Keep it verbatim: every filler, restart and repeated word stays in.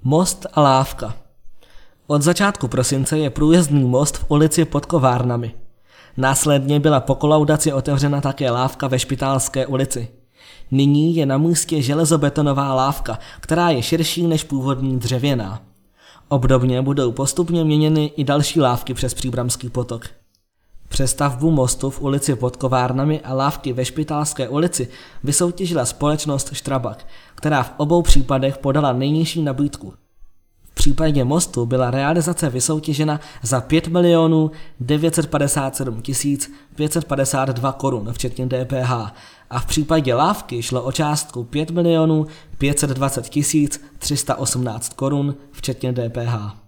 Most a lávka. Od začátku prosince je průjezdný most v ulici pod Kovárnami. Následně byla po kolaudaci otevřena také lávka ve Špitálské ulici. Nyní je na místě železobetonová lávka, která je širší než původní dřevěná. Obdobně budou postupně měněny i další lávky přes Příbramský potok. Přestavbu mostu v ulici pod Kovárnami a lávky ve Špitálské ulici vysoutěžila společnost Strabag, která v obou případech podala nejnižší nabídku. V případě mostu byla realizace vysoutěžena za pět milionů devět set padesát sedm tisíc pět set padesát dva korun včetně D P H a v případě lávky šlo o částku pět milionů pět set dvacet tisíc tři sta osmnáct korun včetně D P H.